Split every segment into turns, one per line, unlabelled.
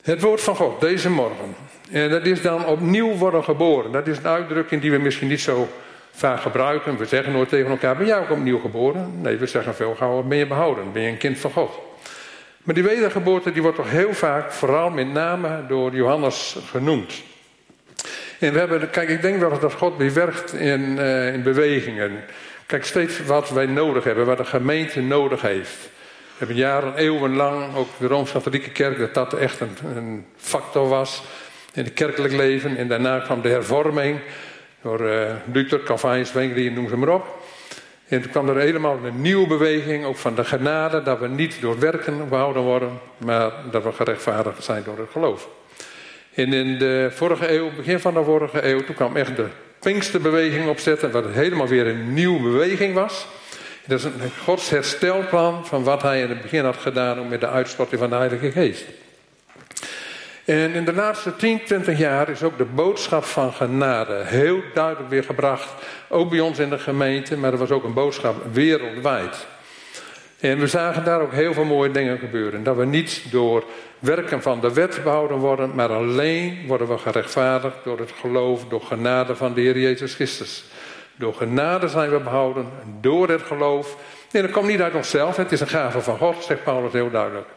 Het woord van God, deze morgen. En dat is dan opnieuw worden geboren. Dat is een uitdrukking die we misschien niet zo vaak gebruiken. We zeggen nooit tegen elkaar, ben jij ook opnieuw geboren? Nee, we zeggen veel gauw, ben je behouden? Ben je een kind van God? Maar die wedergeboorte die wordt toch heel vaak, vooral met name door Johannes genoemd. En we hebben, kijk, ik denk wel eens dat God weer werkt in bewegingen. Kijk, steeds wat wij nodig hebben, wat de gemeente nodig heeft. We hebben jaren, eeuwenlang, ook de Rooms-Katholieke Kerk, dat echt een factor was in het kerkelijk leven. En daarna kwam de hervorming door Luther, Calvijn, Zwingli, noem ze maar op. En toen kwam er helemaal een nieuwe beweging, ook van de genade, dat we niet door werken behouden worden, maar dat we gerechtvaardigd zijn door het geloof. En in de vorige eeuw, begin van de vorige eeuw, toen kwam echt de Pinksterbeweging opzetten, wat helemaal weer een nieuwe beweging was. Dat is een Gods herstelplan van wat hij in het begin had gedaan met de uitstorting van de Heilige Geest. En in de laatste 10, 20 jaar is ook de boodschap van genade heel duidelijk weer gebracht. Ook bij ons in de gemeente, maar er was ook een boodschap wereldwijd. En we zagen daar ook heel veel mooie dingen gebeuren. Dat we niet door werken van de wet behouden worden, maar alleen worden we gerechtvaardigd door het geloof, door genade van de Heer Jezus Christus. Door genade zijn we behouden, door het geloof. En dat komt niet uit onszelf, het is een gave van God, zegt Paulus heel duidelijk.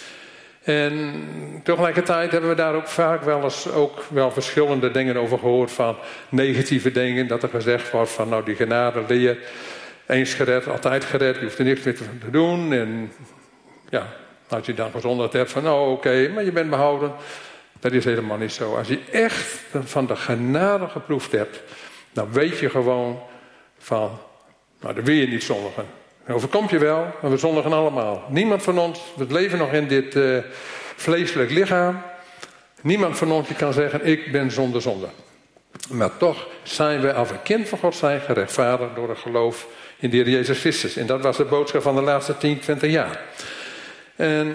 En tegelijkertijd hebben we daar ook vaak wel verschillende dingen over gehoord, van negatieve dingen. Dat er gezegd wordt van, nou, die genade leer, eens gered, altijd gered, je hoeft er niks meer te doen. En ja, als je dan gezondheid hebt van, nou oké, maar je bent behouden. Dat is helemaal niet zo. Als je echt van de genade geproefd hebt, dan weet je gewoon van, nou, dan wil je niet zondigen. Dat overkomt je wel, maar we zondigen allemaal. Niemand van ons, we leven nog in dit vleeselijk lichaam. Niemand van ons die kan zeggen, ik ben zonder zonde. Maar toch zijn we, als we kind van God zijn, gerechtvaardigd door het geloof in de Heer Jezus Christus. En dat was de boodschap van de laatste 10, 20 jaar. En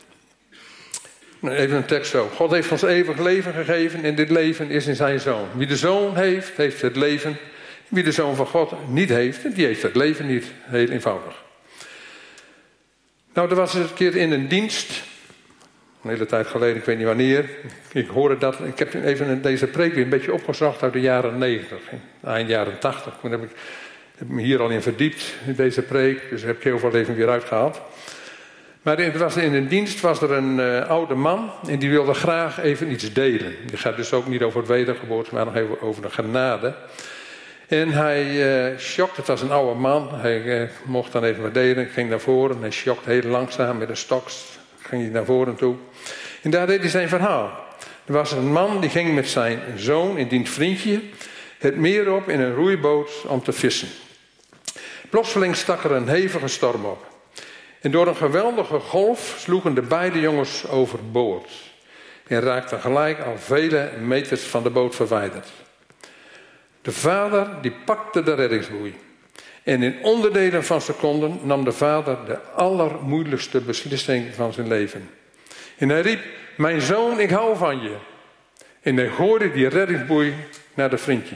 even een tekst zo. God heeft ons eeuwig leven gegeven en dit leven is in zijn Zoon. Wie de Zoon heeft, heeft het leven. Wie de Zoon van God niet heeft, die heeft het leven niet. Heel eenvoudig. Nou, er was een keer in een dienst, een hele tijd geleden, ik weet niet wanneer. Ik hoorde dat, ik heb even deze preek weer een beetje opgezocht uit de jaren 90. Eind jaren 80. Toen heb ik me hier al in verdiept, in deze preek. Dus heb ik heel veel even weer uitgehaald. Maar in een dienst was er een oude man en die wilde graag even iets delen. Die gaat dus ook niet over het wedergeboorte, maar nog even over de genade. En hij sjokte, het was een oude man, hij mocht dan even wat delen, ging naar voren. Hij sjokte heel langzaam met een stok, ging hij naar voren toe. En daar deed hij zijn verhaal. Er was een man die ging met zijn zoon en diens vriendje het meer op in een roeiboot om te vissen. Plotseling stak er een hevige storm op. En door een geweldige golf sloegen de beide jongens overboord. En raakten gelijk al vele meters van de boot verwijderd. De vader die pakte de reddingsboei. En in onderdelen van seconden nam de vader de allermoeilijkste beslissing van zijn leven. En hij riep, mijn zoon, ik hou van je. En hij gooide die reddingsboei naar de vriendje.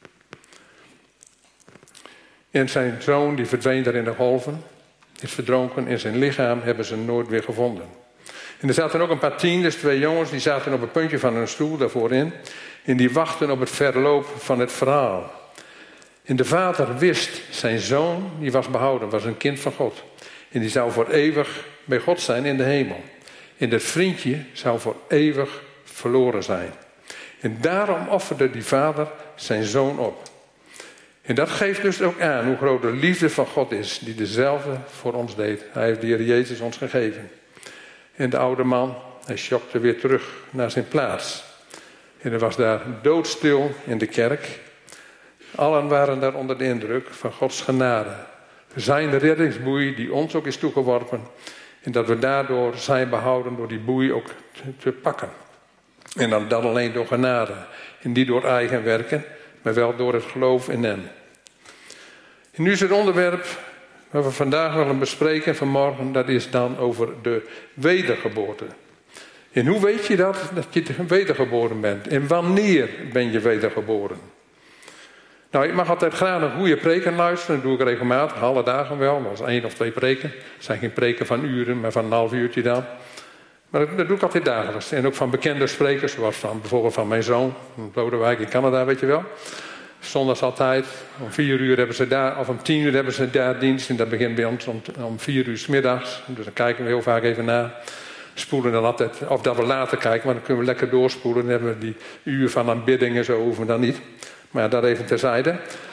En zijn zoon die verdween daar in de golven, is verdronken en zijn lichaam hebben ze nooit weer gevonden. En er zaten ook een paar tieners, 2 jongens, die zaten op het puntje van hun stoel daarvoor in. En die wachten op het verloop van het verhaal. En de vader wist, zijn zoon, die was behouden, was een kind van God. En die zou voor eeuwig bij God zijn in de hemel. En dat vriendje zou voor eeuwig verloren zijn. En daarom offerde die vader zijn zoon op. En dat geeft dus ook aan hoe groot de liefde van God is, die dezelfde voor ons deed. Hij heeft de Heer Jezus ons gegeven. En de oude man, hij sjokte weer terug naar zijn plaats. En er was daar doodstil in de kerk. Allen waren daar onder de indruk van Gods genade. Zijn reddingsboei die ons ook is toegeworpen. En dat we daardoor zijn behouden door die boei ook te pakken. En dan dat alleen door genade. En niet door eigen werken, maar wel door het geloof in hem. En nu is het onderwerp wat we vandaag willen bespreken vanmorgen. Dat is dan over de wedergeboorte. En hoe weet je dat je wedergeboren bent? En wanneer ben je wedergeboren? Nou, ik mag altijd graag een goede preken luisteren. Dat doe ik regelmatig, alle dagen wel. Dat is 1 of 2 preken. Het zijn geen preken van uren, maar van een half uurtje dan. Maar dat doe ik altijd dagelijks. En ook van bekende sprekers, zoals van, bijvoorbeeld van mijn zoon, Lodewijk in Canada, weet je wel. Zondags altijd, om 4 uur hebben ze daar, of om 10 uur hebben ze daar dienst. En dat begint bij ons om 4 uur 's middags. Dus dan kijken we heel vaak even na. Spoelen dan altijd, of dat we later kijken, maar dan kunnen we lekker doorspoelen. Dan hebben we die uur van aanbidding en zo, hoeven we dan niet. Maar ja, dat even terzijde.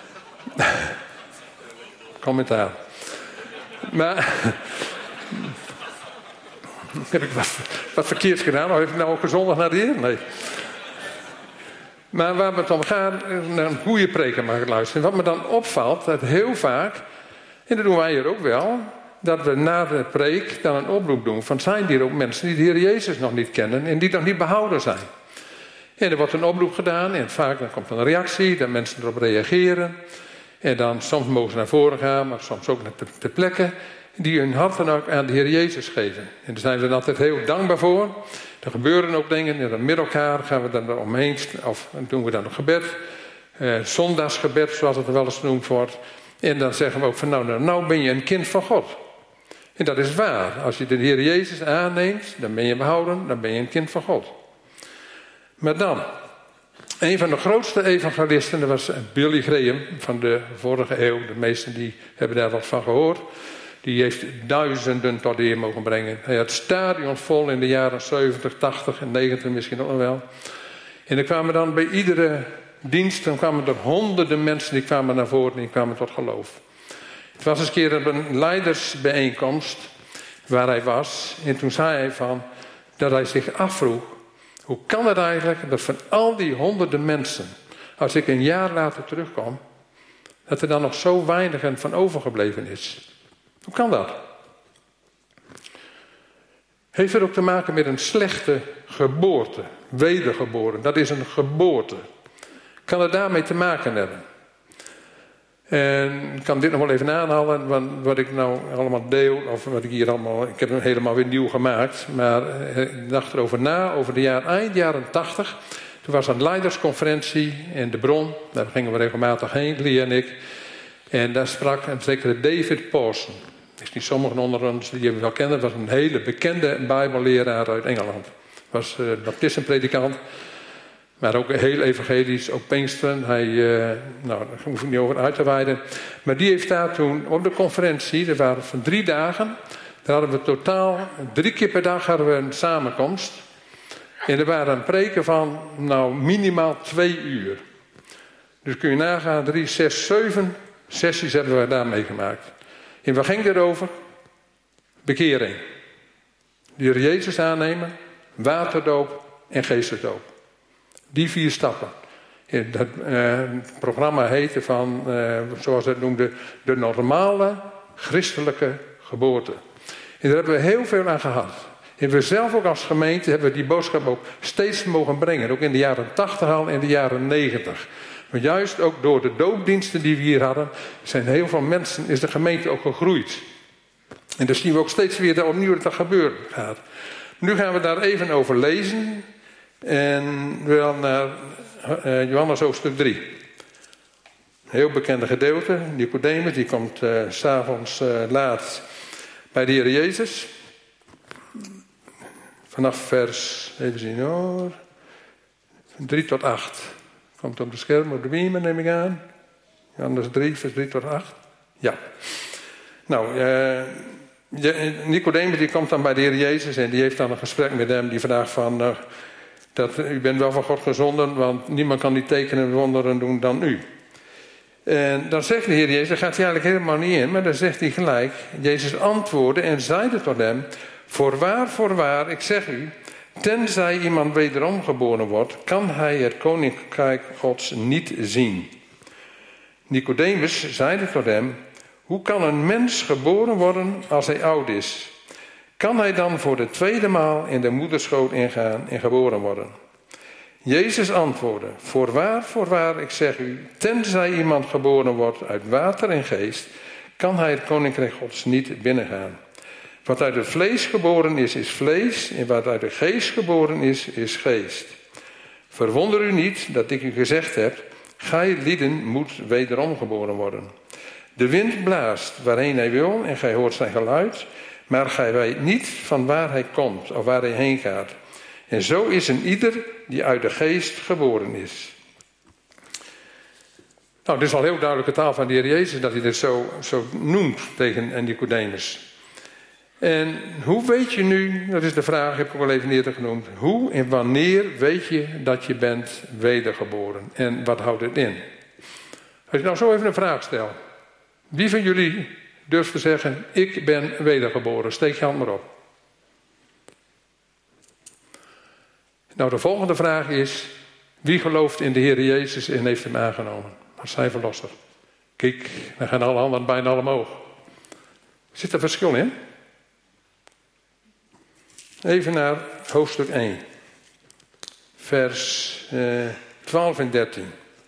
Commentaar. Maar heb ik wat verkeerds gedaan? Of heb ik nou ook gezondigd naar de Heer? Nee. Maar waar het om gaat, naar een goede preker mag ik luisteren. Wat me dan opvalt, dat heel vaak, en dat doen wij hier ook wel, dat we na de preek dan een oproep doen van zijn hier ook mensen die de Heer Jezus nog niet kennen en die nog niet behouden zijn. En er wordt een oproep gedaan en vaak dan komt een reactie, dat mensen erop reageren. En dan soms mogen ze naar voren gaan, maar soms ook naar de plekken die hun hart dan ook aan de Heer Jezus geven. En daar zijn we dan altijd heel dankbaar voor. Er gebeuren ook dingen en dan met elkaar gaan we dan omheen, of doen we dan een gebed. Zondagsgebed, zoals het er wel eens genoemd wordt. En dan zeggen we ook van nou ben je een kind van God. En dat is waar. Als je de Heer Jezus aanneemt, dan ben je behouden, dan ben je een kind van God. Maar dan, een van de grootste evangelisten, dat was Billy Graham van de vorige eeuw. De meesten die hebben daar wat van gehoord. Die heeft duizenden tot de Heer mogen brengen. Hij had stadions vol in de jaren 70, 80 en 90 misschien ook nog wel. En er kwamen dan bij iedere dienst, dan kwamen er honderden mensen die kwamen naar voren en die kwamen tot geloof. Het was eens een keer een leidersbijeenkomst waar hij was. En toen zei hij dat hij zich afvroeg, hoe kan het eigenlijk dat van al die honderden mensen, als ik een jaar later terugkom, dat er dan nog zo weinig van overgebleven is? Hoe kan dat? Heeft het ook te maken met een slechte geboorte, wedergeboren? Dat is een geboorte. Kan het daarmee te maken hebben? En ik kan dit nog wel even aanhalen, want wat ik nou allemaal deel, of wat ik hier allemaal, ik heb hem helemaal weer nieuw gemaakt, maar ik dacht erover na, over de eind jaren 80. Toen was een leidersconferentie in De Bron, daar gingen we regelmatig heen, Lee en ik. En daar sprak een zekere David Pawson. Is niet sommigen onder ons die hem wel kennen, was een hele bekende bijbelleraar uit Engeland. Was baptistenpredikant. Maar ook heel evangelisch, ook Pinksteren. Daar hoef ik niet over uit te wijden. Maar die heeft daar toen op de conferentie, er waren van 3 dagen. Daar hadden we totaal, 3 keer per dag hadden we een samenkomst. En er waren een preken van, minimaal 2 uur. Dus kun je nagaan, 3, 6, 7 sessies hebben we daar meegemaakt. En waar ging het over? Bekering. De Heer Jezus aannemen, waterdoop en geestesdoop. Die 4 stappen. Dat programma heette zoals het noemde, de normale christelijke geboorte. En daar hebben we heel veel aan gehad. En we zelf ook als gemeente hebben we die boodschap ook steeds mogen brengen. Ook in de jaren 80 al en de jaren 90. Maar juist ook door de doopdiensten die we hier hadden, zijn heel veel mensen, is de gemeente ook gegroeid. En dan zien we ook steeds weer dat opnieuw dat gebeuren gaat. Nu gaan we daar even over lezen. En we gaan naar Johannes hoofdstuk 3. Een heel bekende gedeelte. Nicodemus, die komt 's avonds laat bij de Heer Jezus. Vanaf vers, even zien hoor, 3 tot 8. Komt op de scherm, op de beamer neem ik aan. Johannes 3, vers 3 tot 8. Ja. Nicodemus die komt dan bij de Heer Jezus en die heeft dan een gesprek met hem. Die vraagt van, dat u bent wel van God gezonden, want niemand kan die tekenen en wonderen doen dan u. En dan zegt de Heer Jezus, daar gaat hij eigenlijk helemaal niet in, maar dan zegt hij gelijk, Jezus antwoordde en zeide tot hem, voorwaar, ik zeg u, tenzij iemand wederom geboren wordt, kan hij het koninkrijk Gods niet zien. Nicodemus zeide tot hem, hoe kan een mens geboren worden als hij oud is? Kan hij dan voor de 2e maal in de moederschoot ingaan en geboren worden? Jezus antwoordde, voorwaar, ik zeg u, tenzij iemand geboren wordt uit water en geest, kan hij het koninkrijk Gods niet binnengaan. Wat uit het vlees geboren is, is vlees, en wat uit de geest geboren is, is geest. Verwonder u niet dat ik u gezegd heb, gij lieden moet wederom geboren worden. De wind blaast waarheen hij wil en gij hoort zijn geluid, Maar gij weet niet van waar hij komt of waar hij heen gaat. En zo is een ieder die uit de geest geboren is. Nou, dit is al heel duidelijke taal van de Heer Jezus dat hij dit zo noemt tegen Nicodemus. En hoe weet je nu, dat is de vraag, heb ik ook al even eerder genoemd. Hoe en wanneer weet je dat je bent wedergeboren? En wat houdt het in? Als ik nou zo even een vraag stel. Wie van jullie durft te zeggen, ik ben wedergeboren? Steek je hand maar op. Nou, de volgende vraag is, wie gelooft in de Heer Jezus en heeft hem aangenomen? Als zijn verlosser. Kijk, dan gaan alle handen bijna al omhoog. Zit er verschil in? Even naar hoofdstuk 1. Vers 12 en 13.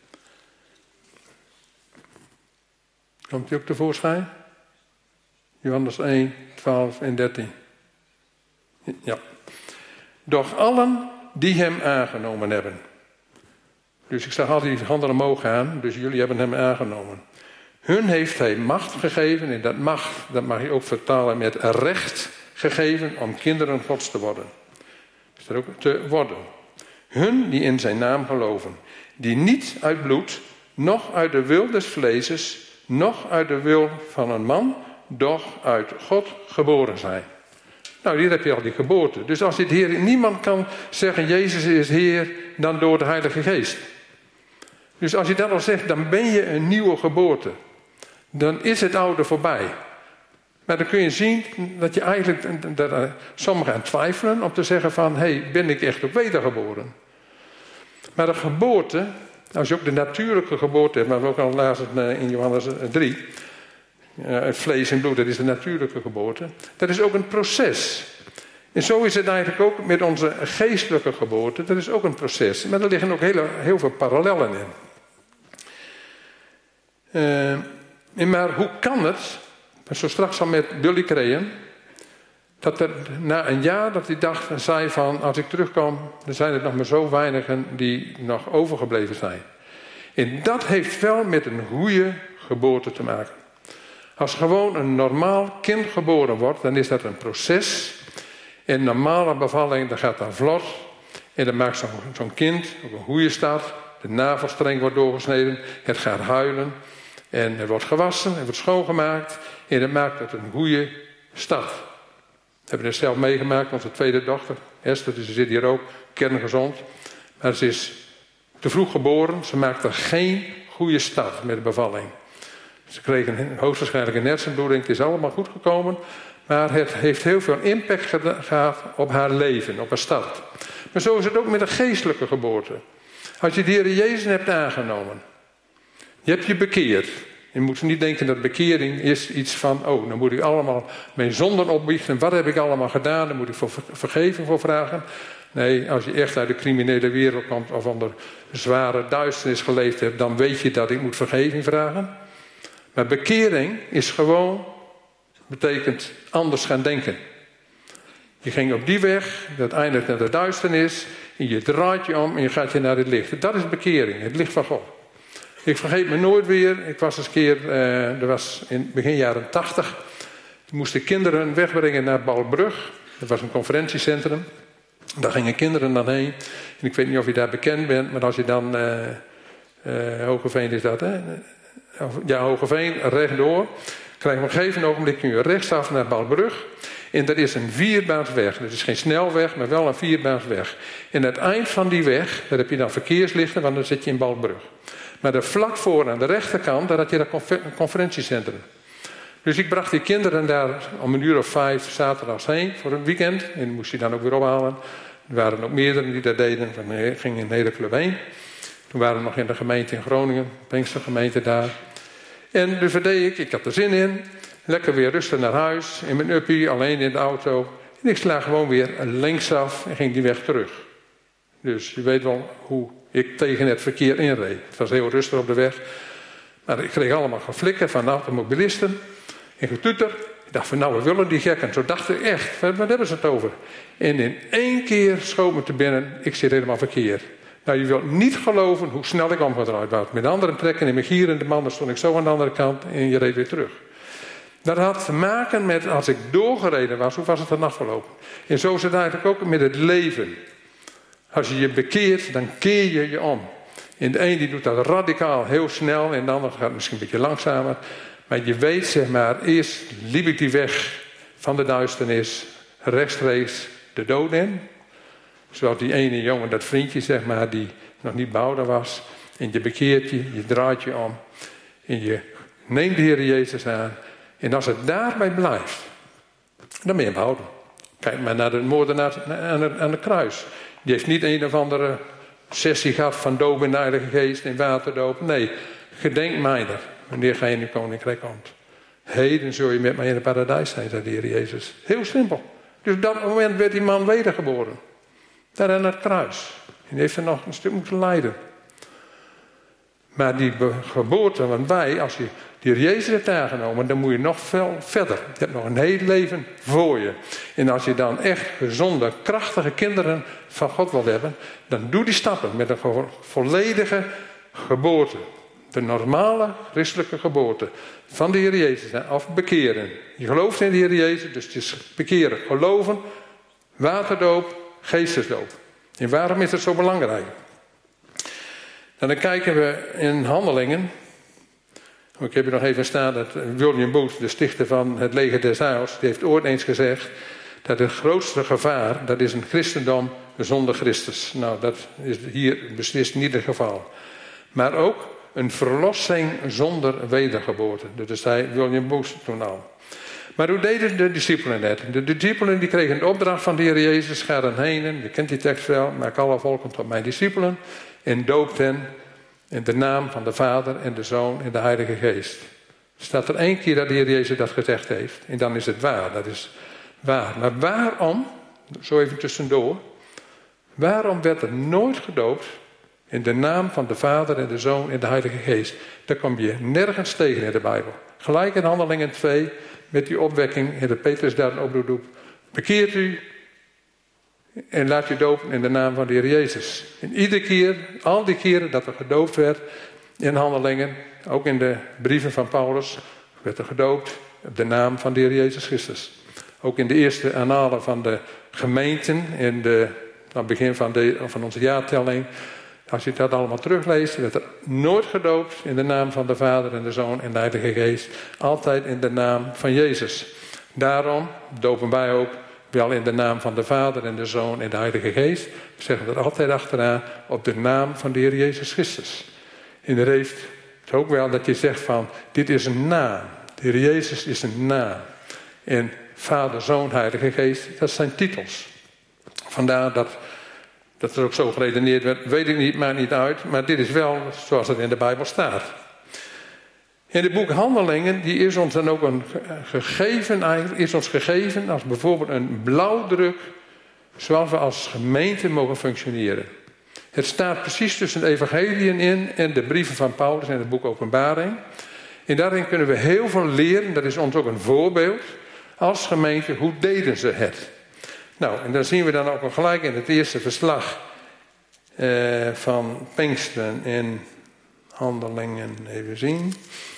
Komt die ook tevoorschijn? Johannes 1, 12 en 13. Ja. Doch allen die hem aangenomen hebben. Dus ik zag altijd die handen omhoog gaan. Dus jullie hebben hem aangenomen. Hun heeft hij macht gegeven. En dat mag je ook vertalen met recht gegeven om kinderen Gods te worden. Dus dat ook te worden. Hun die in zijn naam geloven. Die niet uit bloed, noch uit de wil des vleeses, noch uit de wil van een man, doch uit God geboren zijn. Nou, hier heb je al die geboorte. Dus als dit Heer, niemand kan zeggen, Jezus is Heer, dan door de Heilige Geest. Dus als je dat al zegt, dan ben je een nieuwe geboorte. Dan is het oude voorbij. Maar dan kun je zien dat je eigenlijk, sommigen aan twijfelen om te zeggen van, ben ik echt ook wedergeboren? Maar de geboorte, als je ook de natuurlijke geboorte hebt, maar we ook al lazen in Johannes 3, het vlees en bloed, dat is de natuurlijke geboorte. Dat is ook een proces. En zo is het eigenlijk ook met onze geestelijke geboorte. Dat is ook een proces. Maar er liggen ook heel veel parallellen in. Maar hoe kan het, zo straks al met Billy Graham, dat er na een jaar dat hij dacht en zei van, als ik terugkom, dan zijn er nog maar zo weinigen die nog overgebleven zijn. En dat heeft wel met een goede geboorte te maken. Als gewoon een normaal kind geboren wordt, dan is dat een proces. En normale bevalling, dat gaat dan vlot. En dan maakt zo'n kind ook een goede start. De navelstreng wordt doorgesneden. Het gaat huilen. En het wordt gewassen. Het wordt schoongemaakt. En dat maakt het een goede start. We hebben het zelf meegemaakt. Onze tweede dochter, Esther, dus ze zit hier ook. Kerngezond. Maar ze is te vroeg geboren. Ze maakte geen goede start met de bevalling. Ze kregen hoogstwaarschijnlijk een hersenbloeding. Het is allemaal goed gekomen. Maar het heeft heel veel impact gehad op haar leven, op haar start. Maar zo is het ook met een geestelijke geboorte. Als je de Heer Jezus hebt aangenomen. Je hebt je bekeerd. Je moet niet denken dat bekering is iets van, dan moet ik allemaal mijn zonden opbiechten. Wat heb ik allemaal gedaan? Daar moet ik vergeving voor vragen. Nee, als je echt uit de criminele wereld komt of onder zware duisternis geleefd hebt, dan weet je dat ik moet vergeving vragen. Maar bekering is gewoon, betekent anders gaan denken. Je ging op die weg, dat eindigt naar de duisternis, en je draait je om en je gaat je naar het licht. Dat is bekering, het licht van God. Ik vergeet me nooit weer, ik was eens een keer, dat was in begin jaren 80, moesten kinderen wegbrengen naar Balbrug. Dat was een conferentiecentrum. Daar gingen kinderen dan heen. En ik weet niet of je daar bekend bent, maar als je dan, Hogeveen is dat, hè? Ja, Hogeveen, rechtdoor. Krijg je op een gegeven ogenblik kun je rechtsaf naar Balbrug. En dat is een vierbaansweg. Dat is geen snelweg, maar wel een vierbaansweg. En aan het eind van die weg, daar heb je dan verkeerslichten, want dan zit je in Balbrug. Maar daar vlak voor aan de rechterkant, daar had je dat conferentiecentrum. Dus ik bracht die kinderen daar om 5:00 zaterdags heen voor een weekend. En moest je dan ook weer ophalen. Er waren ook meerdere die dat deden. We gingen in de hele club heen. Toen waren we nog in de gemeente in Groningen, Pinkstergemeente daar. En dus wat deed ik had er zin in. Lekker weer rustig naar huis, in mijn uppie, alleen in de auto. En ik sla gewoon weer linksaf en ging die weg terug. Dus je weet wel hoe ik tegen het verkeer inreed. Het was heel rustig op de weg. Maar ik kreeg allemaal geflikken van automobilisten. En getoeter. Ik dacht van we willen die gekken. Zo dacht ik echt, wat hebben ze het over? En in 1 keer schoot me te binnen, ik zit helemaal verkeerd. Nou, je wilt niet geloven hoe snel ik omgedraaid was. Met andere trekken in mijn gierende man, dan stond ik zo aan de andere kant en je reed weer terug. Dat had te maken met als ik doorgereden was, hoe was het dan afgelopen? En zo is het eigenlijk ook met het leven. Als je je bekeert, dan keer je je om. En de een die doet dat radicaal, heel snel, en de ander gaat misschien een beetje langzamer. Maar je weet, zeg maar, eerst liep ik die weg van de duisternis, rechtstreeks de dood in. Zoals die ene jongen, dat vriendje, zeg maar, die nog niet behouden was. En je bekeert je draait je om. En je neemt de Heer Jezus aan. En als het daarbij blijft, dan ben je behouden. Kijk maar naar de moordenaar aan het kruis. Die heeft niet een of andere sessie gehad van doop in de Heilige Geest en waterdoop. Nee, gedenk mij er, wanneer gij in uw koninkrijk komt. Heden zul je met mij in het paradijs zijn, zei de Heer Jezus. Heel simpel. Dus op dat moment werd die man wedergeboren. Daar aan het kruis. En heeft er nog een stuk moeten lijden. Maar die geboorte, want wij, als je de Heer Jezus hebt aangenomen, dan moet je nog veel verder. Je hebt nog een heel leven voor je. En als je dan echt gezonde, krachtige kinderen van God wilt hebben, dan doe die stappen met een volledige geboorte. De normale christelijke geboorte van de Heer Jezus. Of bekeren. Je gelooft in de Heer Jezus, dus het is bekeren. Geloven, waterdoop, geestesdoop. En waarom is het zo belangrijk? En dan kijken we in Handelingen. Ik heb hier nog even staan dat William Booth, de stichter van het leger des Heils, die heeft ooit eens gezegd dat het grootste gevaar, dat is een christendom zonder Christus. Nou, dat is hier beslist niet het geval. Maar ook een verlossing zonder wedergeboorte. Dat zei William Booth toen al. Maar hoe deden de discipelen het? De discipelen die kregen de opdracht van de Heer Jezus, ga dan heen, je kent die tekst wel, maak alle volken tot mijn discipelen en doop hen in de naam van de Vader en de Zoon en de Heilige Geest. Er staat er 1 keer dat de Heer Jezus dat gezegd heeft. En dan is het waar. Dat is waar. Maar waarom, zo even tussendoor, waarom werd er nooit gedoopt in de naam van de Vader en de Zoon en de Heilige Geest? Daar kom je nergens tegen in de Bijbel. Gelijk in Handelingen 2, met die opwekking, en de Petrus daar een oproep doet. Bekeert u en laat je dopen in de naam van de Heer Jezus. En iedere keer, al die keren dat er gedoopt werd in Handelingen, ook in de brieven van Paulus, werd er gedoopt op de naam van de Heer Jezus Christus. Ook in de eerste annalen van de gemeenten, aan het begin van onze jaartelling, als je dat allemaal terugleest, werd er nooit gedoopt in de naam van de Vader en de Zoon en de Heilige Geest. Altijd in de naam van Jezus. Daarom dopen wij ook wel in de naam van de Vader en de Zoon en de Heilige Geest. We zeggen er altijd achteraan op de naam van de Heer Jezus Christus. En er heeft het ook wel dat je zegt van, dit is een naam. De Heer Jezus is een naam. En Vader, Zoon, Heilige Geest, dat zijn titels. Vandaar dat er ook zo geredeneerd werd, weet ik niet, maakt niet uit. Maar dit is wel zoals het in de Bijbel staat. In het boek Handelingen, die is ons dan ook gegeven als bijvoorbeeld een blauwdruk, zoals we als gemeente mogen functioneren. Het staat precies tussen de evangeliën in en de brieven van Paulus en het boek Openbaring. En daarin kunnen we heel veel leren, dat is ons ook een voorbeeld, als gemeente, hoe deden ze het? Nou, en dan zien we dan ook gelijk in het eerste verslag van Pinksteren in Handelingen, even zien.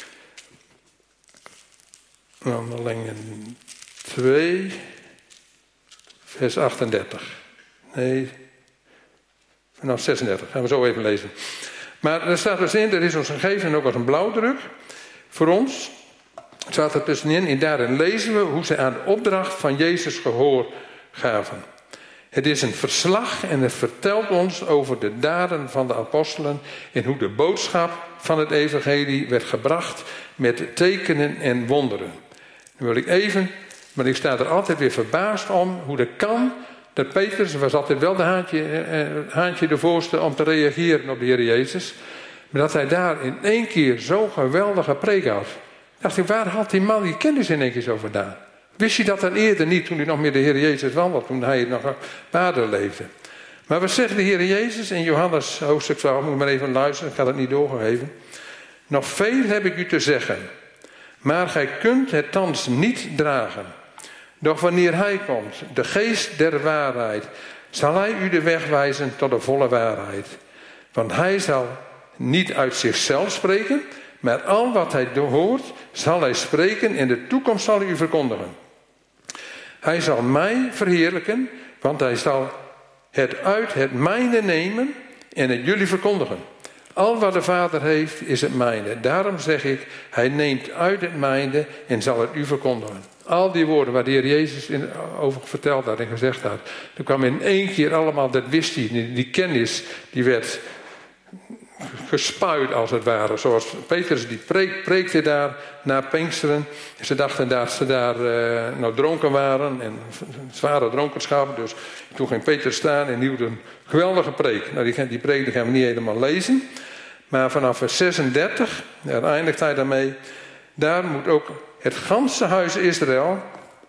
Handelingen 2, vers 38. Nee, vanaf 36. Gaan we zo even lezen. Maar er staat dus in, er is ons gegeven ook als een blauwdruk voor ons. Het staat er tussenin en daarin lezen we hoe ze aan de opdracht van Jezus gehoor gaven. Het is een verslag en het vertelt ons over de daden van de apostelen en hoe de boodschap van het evangelie werd gebracht met tekenen en wonderen. Dan wil ik even, maar ik sta er altijd weer verbaasd om hoe dat kan. Dat Petrus was altijd wel de haantje de voorste om te reageren op de Heer Jezus. Maar dat hij daar in 1 keer zo'n geweldige preek had. Dacht ik, waar had die man die kennis in 1 keer zo vandaan? Wist je dat dan eerder niet, toen hij nog met de Heer Jezus wandelde, toen hij nog op aarde leefde? Maar wat zegt de Heer Jezus in Johannes hoofdstuk 12, moet ik maar even luisteren, ik ga het niet doorgeven. Nog veel heb ik u te zeggen, maar gij kunt het thans niet dragen. Doch wanneer hij komt, de geest der waarheid, zal hij u de weg wijzen tot de volle waarheid. Want hij zal niet uit zichzelf spreken, Maar al wat hij hoort, zal hij spreken. In de toekomst zal hij u verkondigen. Hij zal mij verheerlijken, want hij zal het uit het mijne nemen en het jullie verkondigen. Al wat de Vader heeft, is het mijne. Daarom zeg ik, hij neemt uit het mijne en zal het u verkondigen. Al die woorden waar de Heer Jezus over verteld had en gezegd had. Er kwam in één keer allemaal, dat wist hij. Die kennis, die werd gespuit als het ware. Zoals Petrus, die preekte daar na Pinksteren. Ze dachten dat ze daar dronken waren. En zware dronkenschap. Dus toen ging Petrus staan en hield een geweldige preek. Nou, die preek gaan we niet helemaal lezen. Maar vanaf vers 36, daar eindigt hij daarmee. Daar moet ook het ganse huis Israël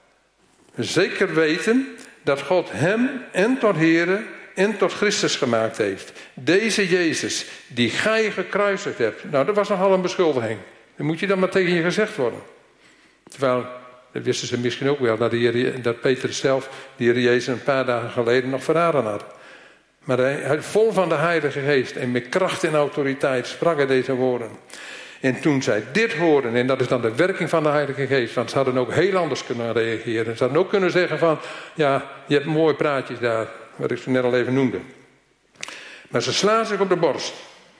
zeker weten dat God hem en tot Here en tot Christus gemaakt heeft. Deze Jezus, die gij gekruisigd hebt. Nou, dat was nogal een beschuldiging. Dan moet je dan maar tegen je gezegd worden. Terwijl, dat wisten ze misschien ook wel, dat Petrus zelf de Heer Jezus een paar dagen geleden nog verraden had. Maar hij vol van de Heilige Geest en met kracht en autoriteit sprak hij deze woorden. En toen zij dit hoorden, en dat is dan de werking van de Heilige Geest, want ze hadden ook heel anders kunnen reageren. Ze hadden ook kunnen zeggen van, ja, je hebt mooie praatjes daar, wat ik zo net al even noemde. Maar ze slaan zich op de borst.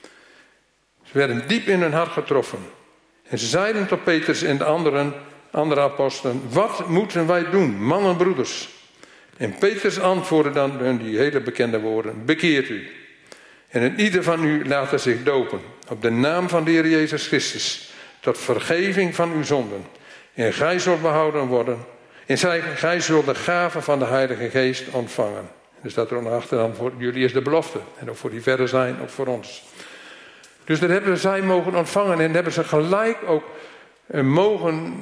Ze werden diep in hun hart getroffen. En ze zeiden tot Petrus en de andere apostelen, wat moeten wij doen, mannen en broeders? En Petrus antwoordde dan hun die hele bekende woorden, bekeert u. En ieder van u laat zich dopen op de naam van de Heer Jezus Christus, tot vergeving van uw zonden. En gij zult behouden worden. En gij zult de gave van de Heilige Geest ontvangen. Dus dat er onder dan voor jullie is de belofte. En ook voor die verder zijn, ook voor ons. Dus dat hebben zij mogen ontvangen. En hebben ze gelijk ook mogen,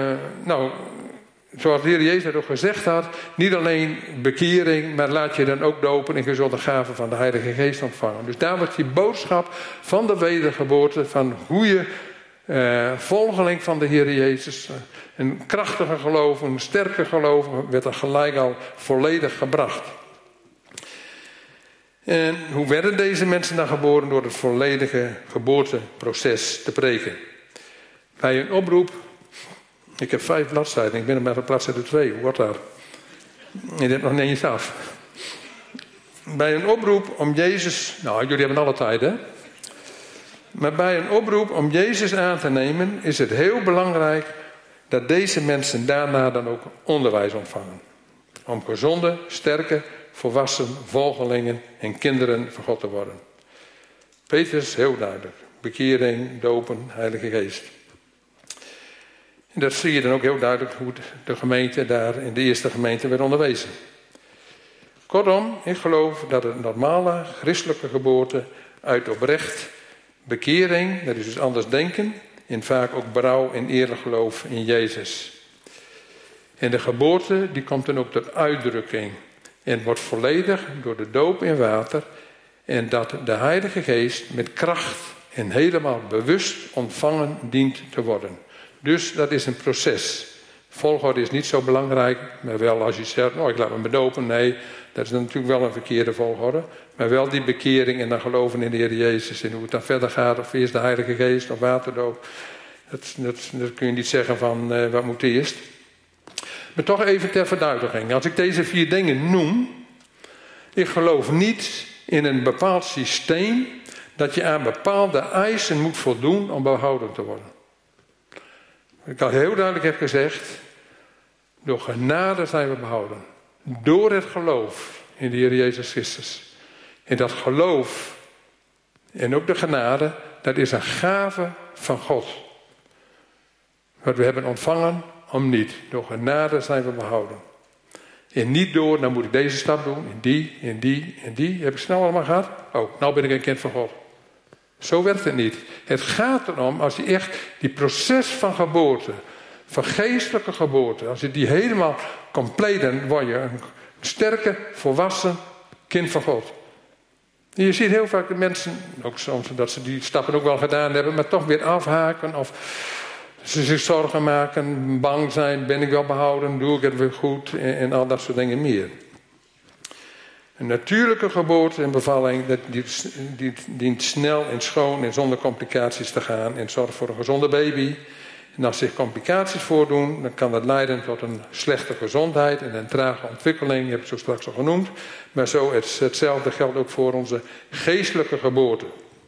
zoals de Heer Jezus het ook gezegd had, niet alleen bekering, maar laat je dan ook dopen en je zult de gave van de Heilige Geest ontvangen. Dus daar wordt die boodschap van de wedergeboorte, van goede volgeling van de Heer Jezus, een krachtige geloof, een sterke geloof, werd er gelijk al volledig gebracht. En hoe werden deze mensen dan geboren? Door het volledige geboorteproces te preken. Bij een oproep. Ik heb 5 bladzijden. Ik ben er maar op bladzijde 2. Hoe wordt dat? Je hebt nog niet eens af. Bij een oproep om Jezus. Nou, jullie hebben alle tijd, hè? Maar bij een oproep om Jezus aan te nemen is het heel belangrijk dat deze mensen daarna dan ook onderwijs ontvangen. Om gezonde, sterke, volwassen volgelingen en kinderen van God te worden. Petrus, heel duidelijk. Bekering, dopen, Heilige Geest. En dat zie je dan ook heel duidelijk hoe de gemeente daar in de eerste gemeente werd onderwezen. Kortom, ik geloof dat het normale christelijke geboorte uit oprecht bekering, dat is dus anders denken, en vaak ook berouw en eerlijk geloof in Jezus. En de geboorte die komt dan ook tot uitdrukking en wordt volledig door de doop in water en dat de Heilige Geest met kracht en helemaal bewust ontvangen dient te worden. Dus dat is een proces. Volgorde is niet zo belangrijk, maar wel als je zegt, ik laat me bedopen. Nee, dat is natuurlijk wel een verkeerde volgorde. Maar wel die bekering en dan geloven in de Heer Jezus en hoe het dan verder gaat. Of eerst de Heilige Geest of waterdoop. Dat kun je niet zeggen van wat moet eerst. Maar toch even ter verduidelijking. Als ik deze 4 dingen noem. Ik geloof niet in een bepaald systeem dat je aan bepaalde eisen moet voldoen om behouden te worden. Ik al heel duidelijk heb gezegd, door genade zijn we behouden. Door het geloof in de Heer Jezus Christus. En dat geloof en ook de genade, dat is een gave van God. Wat we hebben ontvangen, om niet. Door genade zijn we behouden. En niet door, nou moet ik deze stap doen, en die, en die, en die. Heb ik snel allemaal gehad? Nou ben ik een kind van God. Zo werkt het niet. Het gaat erom, als je echt die proces van geboorte, van geestelijke geboorte, als je die helemaal compleet, dan word je een sterke, volwassen kind van God. En je ziet heel vaak de mensen, ook soms dat ze die stappen ook wel gedaan hebben, maar toch weer afhaken of ze zich zorgen maken, bang zijn, ben ik wel behouden, doe ik het weer goed en al dat soort dingen meer. Een natuurlijke geboorte en bevalling, die dient snel en schoon en zonder complicaties te gaan en zorgt voor een gezonde baby. En als zich complicaties voordoen, dan kan dat leiden tot een slechte gezondheid en een trage ontwikkeling. Je hebt het zo straks al genoemd. Maar zo hetzelfde geldt ook voor onze geestelijke geboorte.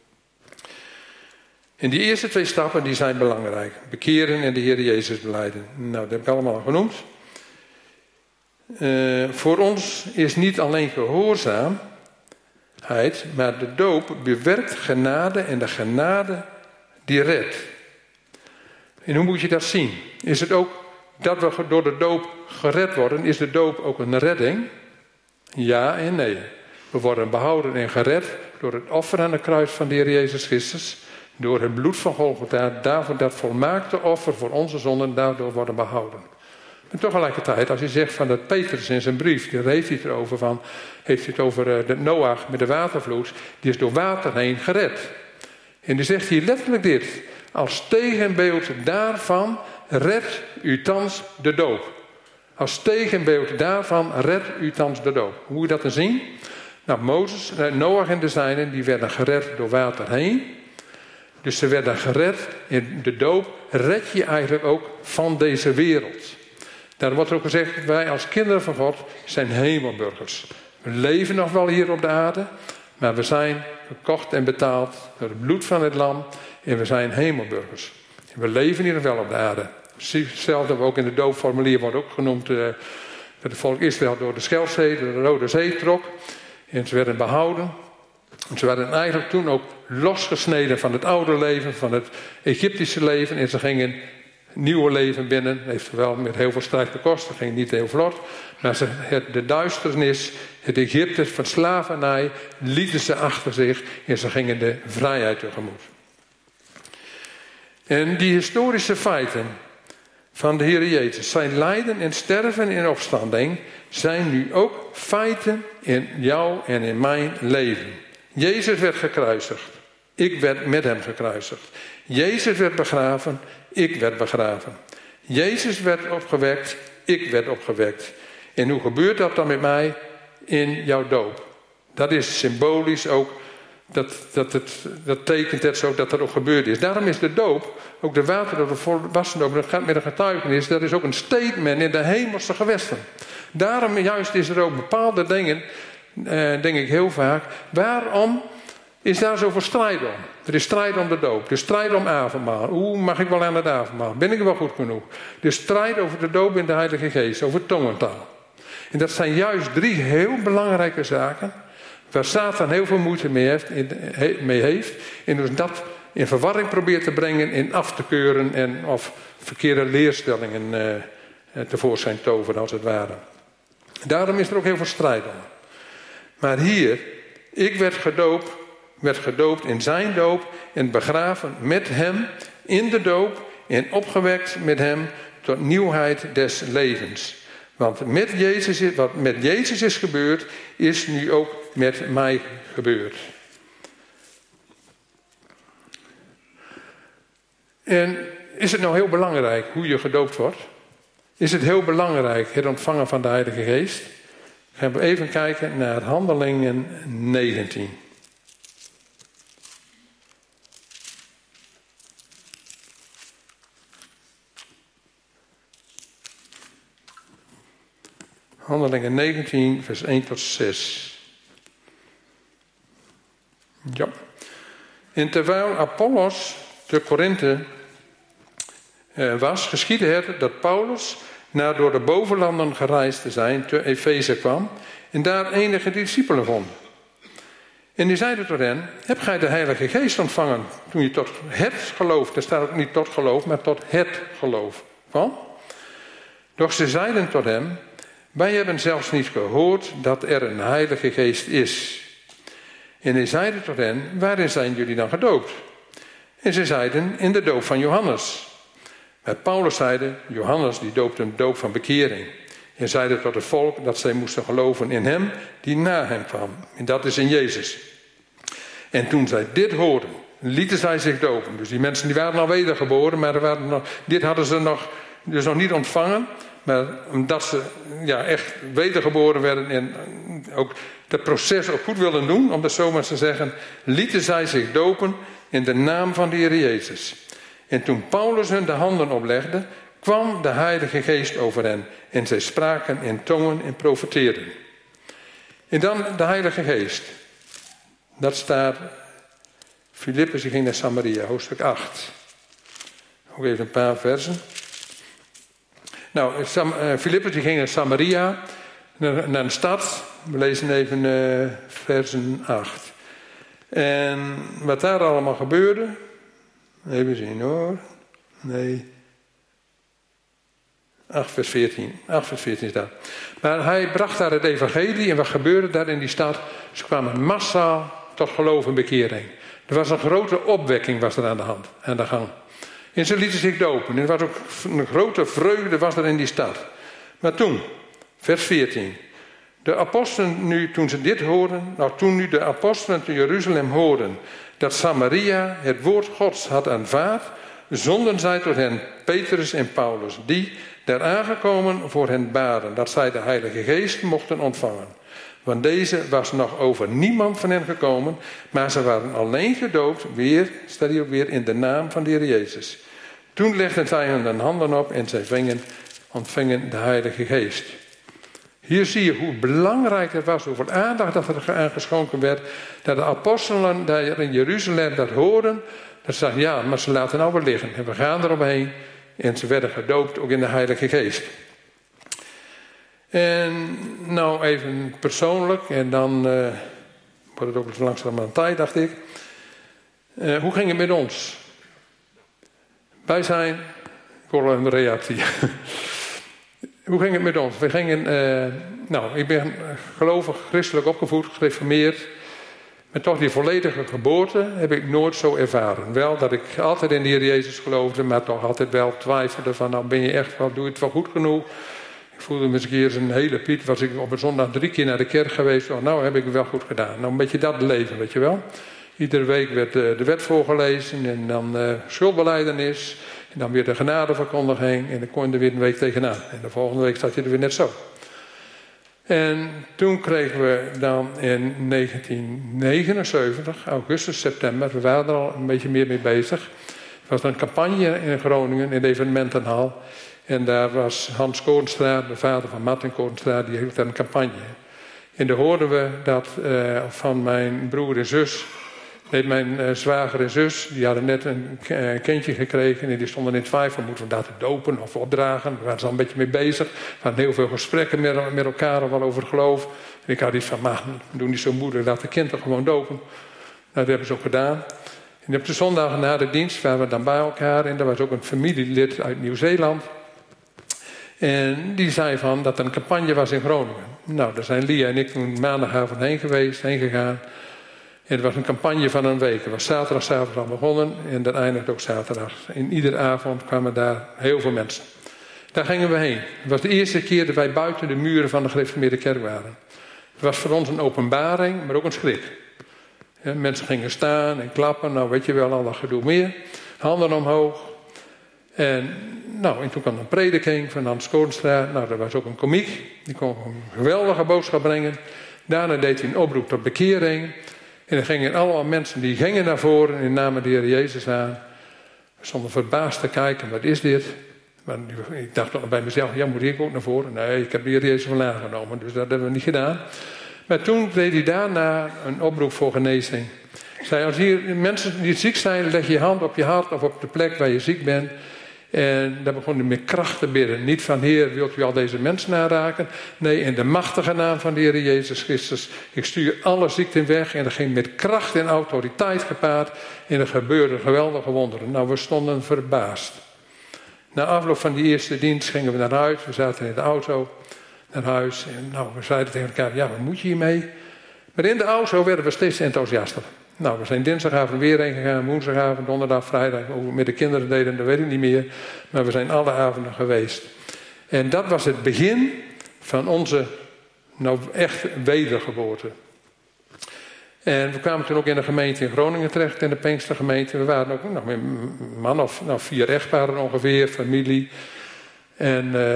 En die eerste 2 stappen die zijn belangrijk. Bekeren en de Heer Jezus belijden. Nou, dat heb ik allemaal al genoemd. Voor ons is niet alleen gehoorzaamheid, maar de doop bewerkt genade en de genade die redt. En hoe moet je dat zien? Is het ook dat we door de doop gered worden? Is de doop ook een redding? Ja en nee. We worden behouden en gered door het offer aan de kruis van de Heer Jezus Christus. Door het bloed van Golgotha, daarvoor dat volmaakte offer voor onze zonden, daardoor worden behouden. En tegelijkertijd, als je zegt van dat Petrus in zijn brief, daar heeft hij het over de Noach met de watervloed, die is door water heen gered. En die zegt hier letterlijk dit: als tegenbeeld daarvan redt u thans de doop. Als tegenbeeld daarvan redt u thans de doop. Hoe moet je dat dan zien? Nou, Noach en de zijnen, die werden gered door water heen. Dus ze werden gered. In de doop red je eigenlijk ook van deze wereld. Daar wordt ook gezegd, wij als kinderen van God zijn hemelburgers. We leven nog wel hier op de aarde, maar we zijn gekocht en betaald door het bloed van het lam en we zijn hemelburgers. En we leven hier nog wel op de aarde. Hetzelfde ook in de doopformulier wordt ook genoemd dat het volk Israël door de Schelfzee, door de Rode Zee trok. En ze werden behouden. En ze werden eigenlijk toen ook losgesneden van het oude leven, van het Egyptische leven. En ze gingen nieuwe leven binnen. Heeft wel met heel veel strijd gekost. Dat ging niet heel vlot. Maar de duisternis, het Egypte van slavernij, lieten ze achter zich. En ze gingen de vrijheid tegemoet. En die historische feiten van de Heer Jezus, zijn lijden en sterven in opstanding, zijn nu ook feiten in jou en in mijn leven. Jezus werd gekruisigd. Ik werd met hem gekruisigd. Jezus werd begraven. Ik werd begraven. Jezus werd opgewekt. Ik werd opgewekt. En hoe gebeurt dat dan met mij? In jouw doop. Dat is symbolisch ook. Dat tekent het zo dat dat ook gebeurd is. Daarom is de doop, ook de waterdoop, de volwassendoop, dat gaat met een getuigenis. Dat is ook een statement in de hemelse gewesten. Daarom juist is er ook bepaalde dingen, denk ik heel vaak. Waarom is daar zoveel strijd om? Er is strijd om de doop. Er is strijd om avondmaal. Hoe mag ik wel aan het avondmaal? Ben ik wel goed genoeg? Er is strijd over de doop in de Heilige Geest. Over tongentaal. En dat zijn juist 3 heel belangrijke zaken. Waar Satan heel veel moeite mee heeft. En dus dat in verwarring probeert te brengen. En af te keuren. Of verkeerde leerstellingen tevoorschijn toveren als het ware. Daarom is er ook heel veel strijd om. Maar hier, ik werd gedoopt in zijn doop en begraven met hem in de doop en opgewekt met hem tot nieuwheid des levens. Want wat met Jezus is gebeurd, is nu ook met mij gebeurd. En is het nou heel belangrijk hoe je gedoopt wordt? Is het heel belangrijk het ontvangen van de Heilige Geest? Gaan we even kijken naar Handelingen 19. Handelingen 19, vers 1 tot 6. Ja. En terwijl Apollos te Korinthe was, geschiedde het dat Paulus, na door de bovenlanden gereisd te zijn, te Efeze kwam en daar enige discipelen vond. En die zeiden tot hen, heb gij de Heilige Geest ontvangen toen je tot het geloof, daar staat ook niet tot geloof, maar tot het geloof kwam? Doch ze zeiden tot hem, wij hebben zelfs niet gehoord dat er een Heilige Geest is. En hij zeide tot hen, waarin zijn jullie dan gedoopt? En ze zeiden, in de doop van Johannes. Maar Paulus zeide, Johannes die doopte een doop van bekering. En zeide tot het volk dat zij moesten geloven in hem die na hem kwam. En dat is in Jezus. En toen zij dit hoorden, lieten zij zich dopen. Dus die mensen die waren al wedergeboren, maar dit hadden ze nog niet ontvangen. Maar omdat ze echt wedergeboren werden en ook het proces ook goed willen doen, om dat zo maar te zeggen, lieten zij zich dopen in de naam van de Heer Jezus. En toen Paulus hun de handen oplegde, kwam de Heilige Geest over hen. En zij spraken in tongen en profeteerden. En dan de Heilige Geest. Dat staat, Filippus die ging naar Samaria, hoofdstuk 8. Ook even een paar versen. Nou, Filippus die ging naar Samaria, naar een stad. We lezen even versen 8. En wat daar allemaal gebeurde. Even zien hoor. Nee. 8 vers 14. 8 vers 14 is dat. Maar hij bracht daar het evangelie. En wat gebeurde daar in die stad? Ze kwamen massaal tot geloof en bekering. Er was een grote opwekking was er aan de gang. En ze lieten zich dopen. En er was ook een grote vreugde was er in die stad. Maar toen, vers 14. De apostelen nu, toen ze dit hoorden, toen nu de apostelen te Jeruzalem hoorden dat Samaria het woord Gods had aanvaard, zonden zij tot hen Petrus en Paulus, die daar aangekomen voor hen baden, dat zij de Heilige Geest mochten ontvangen. Want deze was nog over niemand van hen gekomen, maar ze waren alleen gedoopt, staat hier ook weer, in de naam van de Heer Jezus. Toen legden zij hun de handen op en zij ontvingen de Heilige Geest. Hier zie je hoe belangrijk het was, hoeveel aandacht dat er aangeschonken werd, dat de apostelen daar in Jeruzalem dat hoorden. Dat ze zeiden, ja, maar ze laten nou wel liggen. En we gaan eromheen. En ze werden gedoopt, ook in de Heilige Geest. En nou even persoonlijk, en dan wordt het ook langzamerhand tijd, dacht ik. Hoe ging het met ons? Wij zijn, ik hoor een reactie. Hoe ging het met ons? We gingen, ik ben gelovig, christelijk opgevoed, gereformeerd. Maar toch die volledige geboorte heb ik nooit zo ervaren. Wel dat ik altijd in de Heer Jezus geloofde, maar toch altijd wel twijfelde van, nou ben je echt wel, doe je het wel goed genoeg? Ik voelde me eens een keer een hele Piet, was ik op een zondag 3 keer naar de kerk geweest. Oh, nou heb ik het wel goed gedaan. Nou een beetje dat leven, weet je wel. Iedere week werd de wet voorgelezen en dan schuldbelijdenis. En dan weer de genadeverkondiging en dan kon je er weer een week tegenaan. En de volgende week zat je er weer net zo. En toen kregen we dan in 1979, augustus, september, we waren er al een beetje meer mee bezig. Er was een campagne in Groningen, in de evenementenhal. En daar was Hans Koornstra, de vader van Martin Koornstra, die hield daar een campagne. En daar hoorden we dat van mijn broer en zus. Nee, mijn zwager en zus, die hadden net een kindje gekregen en die stonden in twijfel, moeten we dat dopen of opdragen? Daar waren ze al een beetje mee bezig. We hadden heel veel gesprekken met elkaar wel over het geloof. En ik had iets van, doe niet zo moeilijk, laat de kind toch gewoon dopen. Dat hebben ze ook gedaan. En op de zondag na de dienst waren we dan bij elkaar en er was ook een familielid uit Nieuw-Zeeland. En die zei van dat er een campagne was in Groningen. Nou, daar zijn Lia en ik toen maandagavond heen gegaan. En het was een campagne van een week. Het was zaterdagavond al begonnen en dat eindigde ook zaterdag. En iedere avond kwamen daar heel veel mensen. Daar gingen we heen. Het was de eerste keer dat wij buiten de muren van de gereformeerde kerk waren. Het was voor ons een openbaring, maar ook een schrik. Ja, mensen gingen staan en klappen. Nou, weet je wel, al dat gedoe meer. Handen omhoog. En toen kwam een prediking van Hans Koornstra. Nou, dat was ook een komiek. Die kon een geweldige boodschap brengen. Daarna deed hij een oproep tot bekering. En er gingen allemaal mensen die gingen naar voren en namen de Heer Jezus aan. We stonden verbaasd te kijken, wat is dit? Maar ik dacht toch bij mezelf, ja, moet ik ook naar voren? Nee, ik heb de Heer Jezus wel aangenomen, dus dat hebben we niet gedaan. Maar toen deed hij daarna een oproep voor genezing. Hij zei, als hier mensen die ziek zijn, leg je hand op je hart of op de plek waar je ziek bent. En daar begon hij met kracht te bidden. Niet van, Heer, wilt u al deze mensen aanraken? Nee, in de machtige naam van de Heer Jezus Christus. Ik stuur alle ziekten weg. En dat ging met kracht en autoriteit gepaard. En er gebeurden geweldige wonderen. Nou, we stonden verbaasd. Na afloop van die eerste dienst gingen we naar huis. We zaten in de auto naar huis. En we zeiden tegen elkaar, ja, wat moet je hiermee? Maar in de auto werden we steeds enthousiaster. Nou, we zijn dinsdagavond weer heen gegaan, woensdagavond, donderdag, vrijdag. Hoe we met de kinderen deden, dat weet ik niet meer. Maar we zijn alle avonden geweest. En dat was het begin van onze, echt wedergeboorte. En we kwamen toen ook in de gemeente in Groningen terecht, in de Pinkstergemeente. We waren ook een man of 4 echtparen ongeveer, familie. En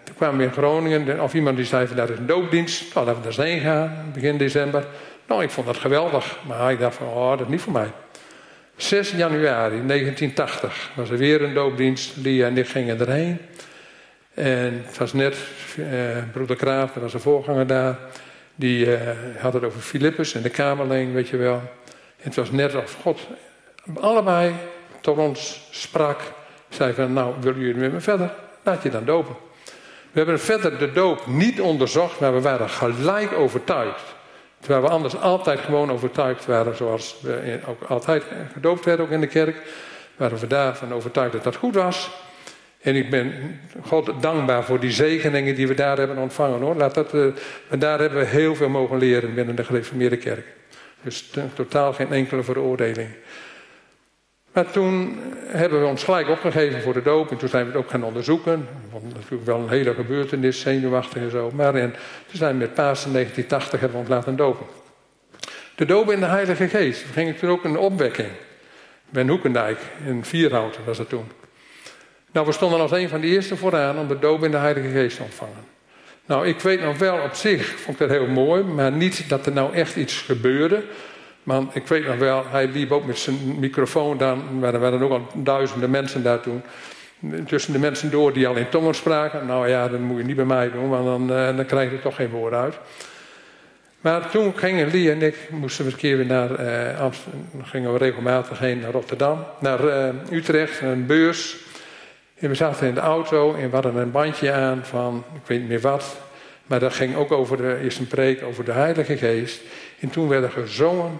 Toen kwamen we in Groningen. Of iemand die zei van, dat is een doopdienst. Nou, laten we daar eens heen gaan, begin december. Nou, ik vond dat geweldig. Maar ik dacht van, dat is niet voor mij. 6 januari 1980 was er weer een doopdienst. Lia en ik gingen erheen. En het was net, broeder Kraaf, dat was een voorganger daar. Die had het over Filippus en de kamerling, weet je wel. En het was net of God allebei tot ons sprak. Zei van, nou, willen jullie met me verder? Laat je dan dopen. We hebben verder de doop niet onderzocht, maar we waren gelijk overtuigd. Terwijl we anders altijd gewoon overtuigd waren, zoals we ook altijd gedoopt werden, ook in de kerk. Waren we daarvan overtuigd dat dat goed was. En ik ben God dankbaar voor die zegeningen die we daar hebben ontvangen, hoor. En daar hebben we heel veel mogen leren binnen de gereformeerde kerk. Dus totaal geen enkele veroordeling. Maar toen hebben we ons gelijk opgegeven voor de doop. En toen zijn we het ook gaan onderzoeken. Dat was natuurlijk wel een hele gebeurtenis, zenuwachtig en zo. Maar toen zijn we met Pasen 1980 hebben we ons laten dopen. De doop in de Heilige Geest. We gingen toen ook een opwekking. Ben Hoekendijk in Vierhouten was dat toen. Nou, we stonden als een van de eerste vooraan om de doop in de Heilige Geest te ontvangen. Nou, ik weet nog wel op zich, vond ik dat heel mooi. Maar niet dat er nou echt iets gebeurde. Want ik weet nog wel, hij liep ook met zijn microfoon dan. Er waren ook al duizenden mensen daar toen. Tussen de mensen door die al in tongen spraken. Nou ja, dat moet je niet bij mij doen, want dan krijg je toch geen woord uit. Maar toen gingen Lia en ik, moesten we een keer weer naar Amsterdam. Gingen we regelmatig heen naar Rotterdam. Naar Utrecht, een beurs. En we zaten in de auto en we hadden een bandje aan van, ik weet niet meer wat. Maar dat ging ook over eerst een preek over de Heilige Geest. En toen werd er gezongen,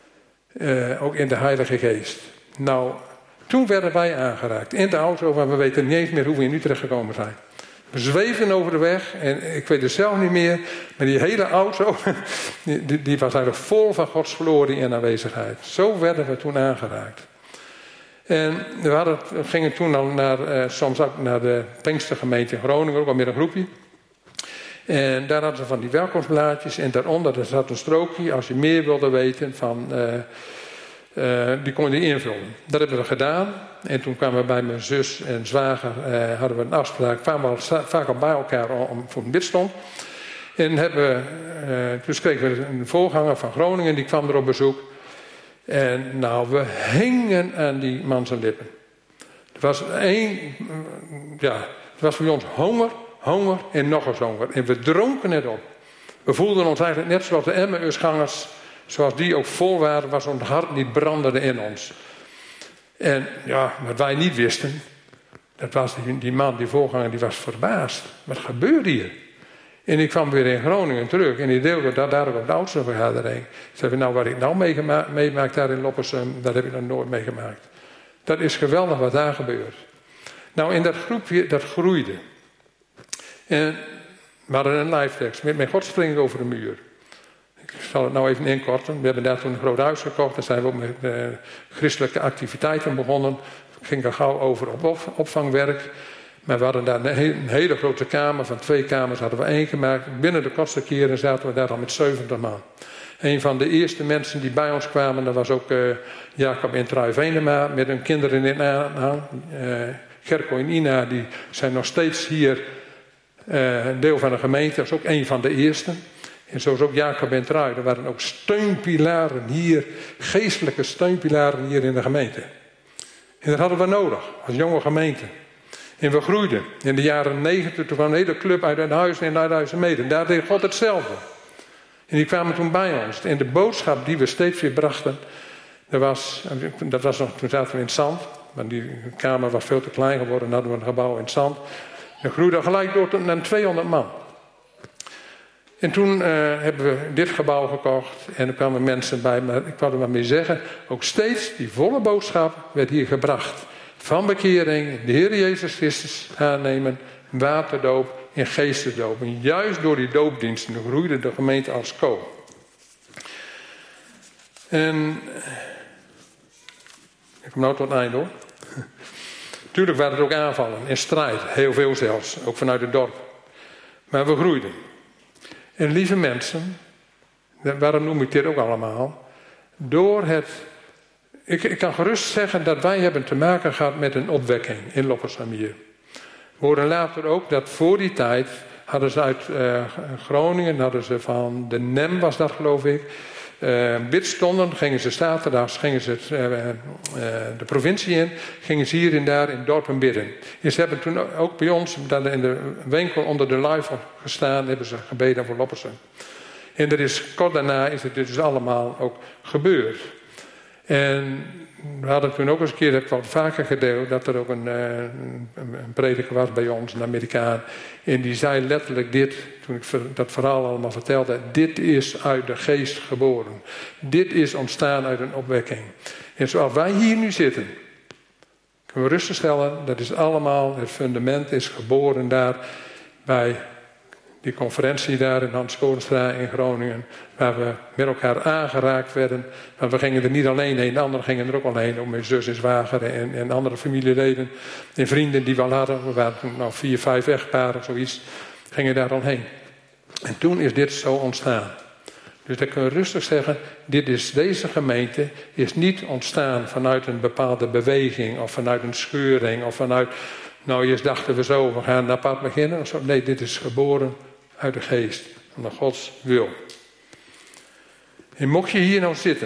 ook in de Heilige Geest. Nou, toen werden wij aangeraakt. In de auto, maar we weten niet eens meer hoe we in Utrecht gekomen zijn. We zweefden over de weg en ik weet het zelf niet meer. Maar die hele auto, die was eigenlijk vol van Gods glorie en aanwezigheid. Zo werden we toen aangeraakt. En we gingen toen al soms ook naar de Pinkstergemeente in Groningen, ook al met een groepje. En daar hadden ze van die welkomstblaadjes. En daaronder zat een strookje, als je meer wilde weten, die kon je invullen. Dat hebben we gedaan. En toen kwamen we bij mijn zus en zwager, hadden we een afspraak. Kwamen we vaak al bij elkaar voor een bidstond. En toen kregen we een voorganger van Groningen, die kwam er op bezoek. En nou, we hingen aan die man zijn lippen. Het was voor ons honger en nog eens honger. En we dronken het op. We voelden ons eigenlijk net zoals de Emmausgangers, zoals die ook vol waren, was ons hart niet brandende in ons. En ja, wat wij niet wisten, dat was die man, die voorganger, die was verbaasd. Wat gebeurt hier? En ik kwam weer in Groningen terug en die deelde dat daar op de oudste vergadering. Zei, nou, wat ik nou meemaak daar in Loppersum, dat heb ik nog nooit meegemaakt. Dat is geweldig wat daar gebeurt. Nou, in dat groepje, dat groeide. En we hadden een live tekst. Met God springt over de muur. Ik zal het nou even inkorten. We hebben daar toen een groot huis gekocht. Daar zijn we ook met christelijke activiteiten begonnen. Het ging er gauw over op opvangwerk. Maar we hadden daar een hele grote kamer. Van 2 kamers hadden we 1 gemaakt. Binnen de kortste keren zaten we daar al met 70 man. Een van de eerste mensen die bij ons kwamen, dat was ook Jacob en Trui Venema met hun kinderen in aanhang. Gerco en Ina, die zijn nog steeds hier deel van de gemeente. Dat is ook een van de eerste. En zoals ook Jacob en Trui, er waren ook steunpilaren hier, geestelijke steunpilaren hier in de gemeente. En dat hadden we nodig, als jonge gemeente. En we groeiden. In de jaren 90, toen kwam een hele club uit het huis en uit Huizenmede. Daar deed God hetzelfde. En die kwamen toen bij ons. En de boodschap die we steeds weer brachten, dat was nog, toen zaten we in het zand. Want die kamer was veel te klein geworden, en hadden we een gebouw in het zand. En groeide gelijk door tot naar 200 man. En toen hebben we dit gebouw gekocht en er kwamen mensen bij. Maar ik wou er maar mee zeggen, ook steeds die volle boodschap werd hier gebracht. Van bekering, de Heer Jezus Christus aannemen, waterdoop en geestesdoop. En juist door die doopdiensten groeide de gemeente als kool. En ik kom nou tot het einde hoor. Tuurlijk waren er ook aanvallen en strijd, heel veel zelfs, ook vanuit het dorp. Maar we groeiden. En lieve mensen, waarom noem ik dit ook allemaal? Ik kan gerust zeggen dat wij hebben te maken gehad met een opwekking in Loppersum hier. We horen later ook dat voor die tijd hadden ze uit Groningen, hadden ze van de NEM was dat geloof ik, bidstonden, gingen ze zaterdags, gingen ze de provincie in, gingen ze hier en daar in dorpen bidden. En ze hebben toen ook bij ons, in de winkel onder de luifel gestaan, hebben ze gebeden voor Loppersum. En kort daarna is het dus allemaal ook gebeurd. En we hadden toen ook eens een keer, dat ik wel vaker gedeeld, dat er ook een prediker was bij ons, een Amerikaan. En die zei letterlijk dit, toen ik dat verhaal allemaal vertelde. Dit is uit de geest geboren. Dit is ontstaan uit een opwekking. En zoals wij hier nu zitten, kunnen we rustig stellen, dat is allemaal, het fundament is geboren daar bij die conferentie daar in Hans Korenstraat in Groningen, waar we met elkaar aangeraakt werden. Maar we gingen er niet alleen heen, de anderen gingen er ook al heen, ook mijn zus en zwager en andere familieleden en vrienden die we al hadden. We waren toen 4, 5 echtparen, zoiets, gingen daar al heen. En toen is dit zo ontstaan. Dus dan kunnen we rustig zeggen, deze gemeente is niet ontstaan vanuit een bepaalde beweging of vanuit een scheuring of vanuit, eerst dachten we zo, we gaan apart beginnen of zo. Nee, dit is geboren uit de geest, naar Gods wil. En mocht je hier nou zitten,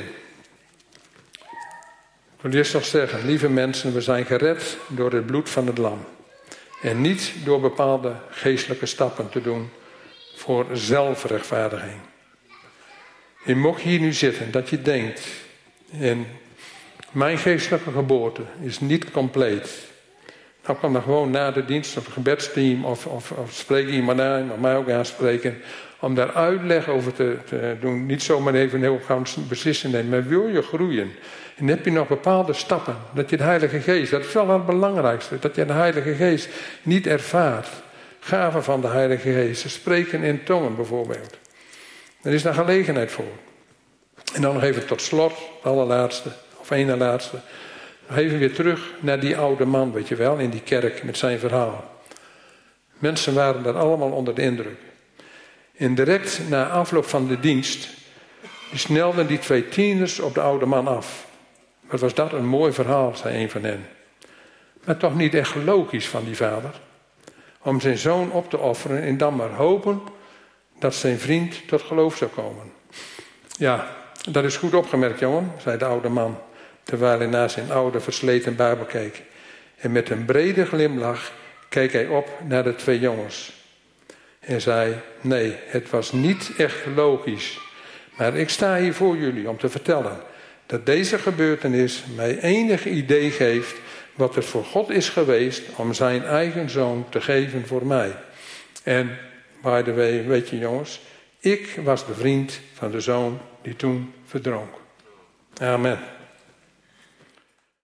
ik wil eerst nog zeggen, lieve mensen, we zijn gered door het bloed van het lam. En niet door bepaalde geestelijke stappen te doen voor zelfrechtvaardiging. En mocht je hier nu zitten, dat je denkt, en mijn geestelijke geboorte is niet compleet. Nou, kwam dan gewoon na de dienst of het gebedsteam of spreek iemand aan, of mij ook aanspreken, om daar uitleg over te doen. Niet zomaar even een heel gauw beslissing nemen, maar wil je groeien? En heb je nog bepaalde stappen, dat je de Heilige Geest, dat is wel het belangrijkste, dat je de Heilige Geest niet ervaart. Gaven van de Heilige Geest, spreken in tongen bijvoorbeeld. Er is daar gelegenheid voor. En dan nog even tot slot, het allerlaatste, of ene laatste. Nog even weer terug naar die oude man, weet je wel, in die kerk met zijn verhaal. Mensen waren daar allemaal onder de indruk. En direct na afloop van de dienst, snelden die 2 tieners op de oude man af. Wat was dat een mooi verhaal, zei een van hen. Maar toch niet echt logisch van die vader. Om zijn zoon op te offeren en dan maar hopen dat zijn vriend tot geloof zou komen. Ja, dat is goed opgemerkt, jongen, zei de oude man, terwijl hij naar zijn oude versleten Bijbel keek. En met een brede glimlach keek hij op naar de 2 jongens. En zei, nee, het was niet echt logisch. Maar ik sta hier voor jullie om te vertellen dat deze gebeurtenis mij enig idee geeft wat er voor God is geweest om zijn eigen zoon te geven voor mij. En, by the way, weet je jongens, ik was de vriend van de zoon die toen verdronk. Amen.